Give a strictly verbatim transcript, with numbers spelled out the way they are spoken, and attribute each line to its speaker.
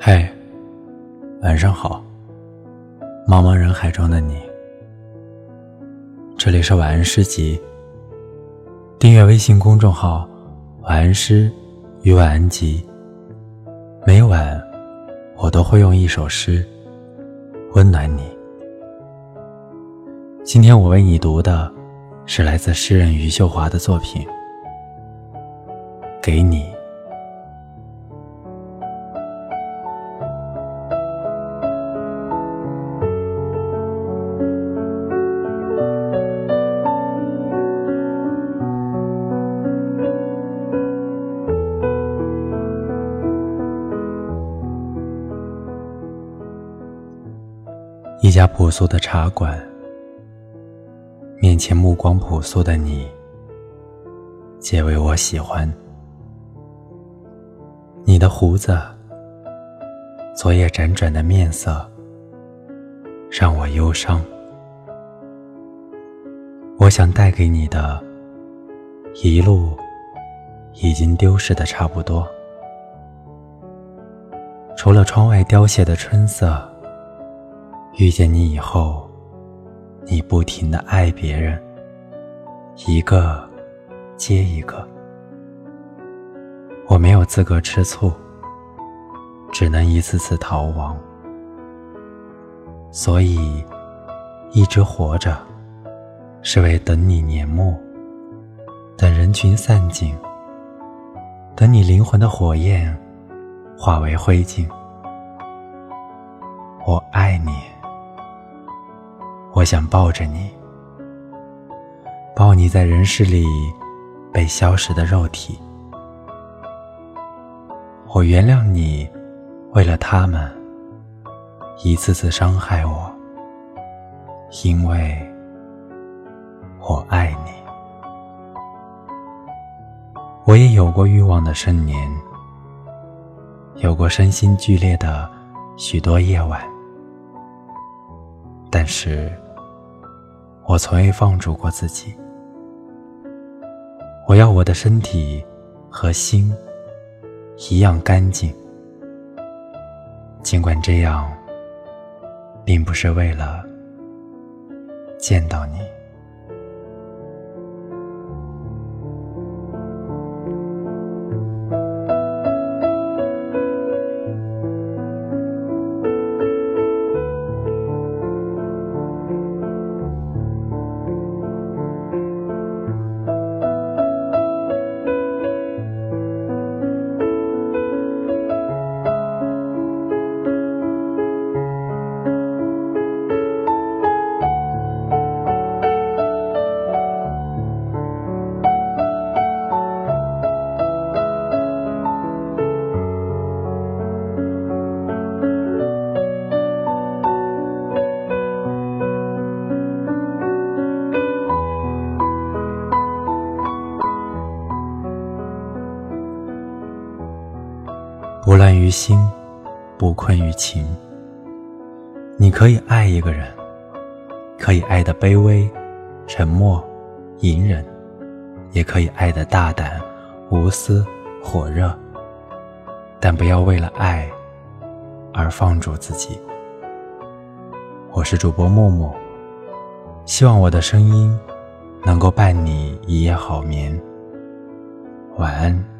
Speaker 1: 嗨，晚上好，茫茫人海中的你。这里是晚安诗集，订阅微信公众号晚安诗与晚安集，每晚我都会用一首诗温暖你。今天我为你读的是来自诗人余秀华的作品《给你》。一家朴素的茶馆，面前目光朴素的你，皆为我喜欢。你的胡子，昨夜辗转的面色，让我忧伤。我想带给你的，一路已经丢失的差不多，除了窗外凋谢的春色。遇见你以后，你不停地爱别人，一个接一个。我没有资格吃醋，只能一次次逃亡。所以一直活着，是为等你年暮，等人群散尽，等你灵魂的火焰化为灰烬。我爱你，我想抱着你，抱你在人世里被消失的肉体。我原谅你，为了他们一次次伤害我，因为我爱你。我也有过欲望的盛年，有过身心剧烈的许多夜晚，但是我从未放逐过自己。我要我的身体和心一样干净，尽管这样并不是为了见到你。不乱于心，不困于情。你可以爱一个人，可以爱得卑微、沉默、隐忍，也可以爱得大胆、无私、火热，但不要为了爱而放逐自己。我是主播默默，希望我的声音能够伴你一夜好眠。晚安。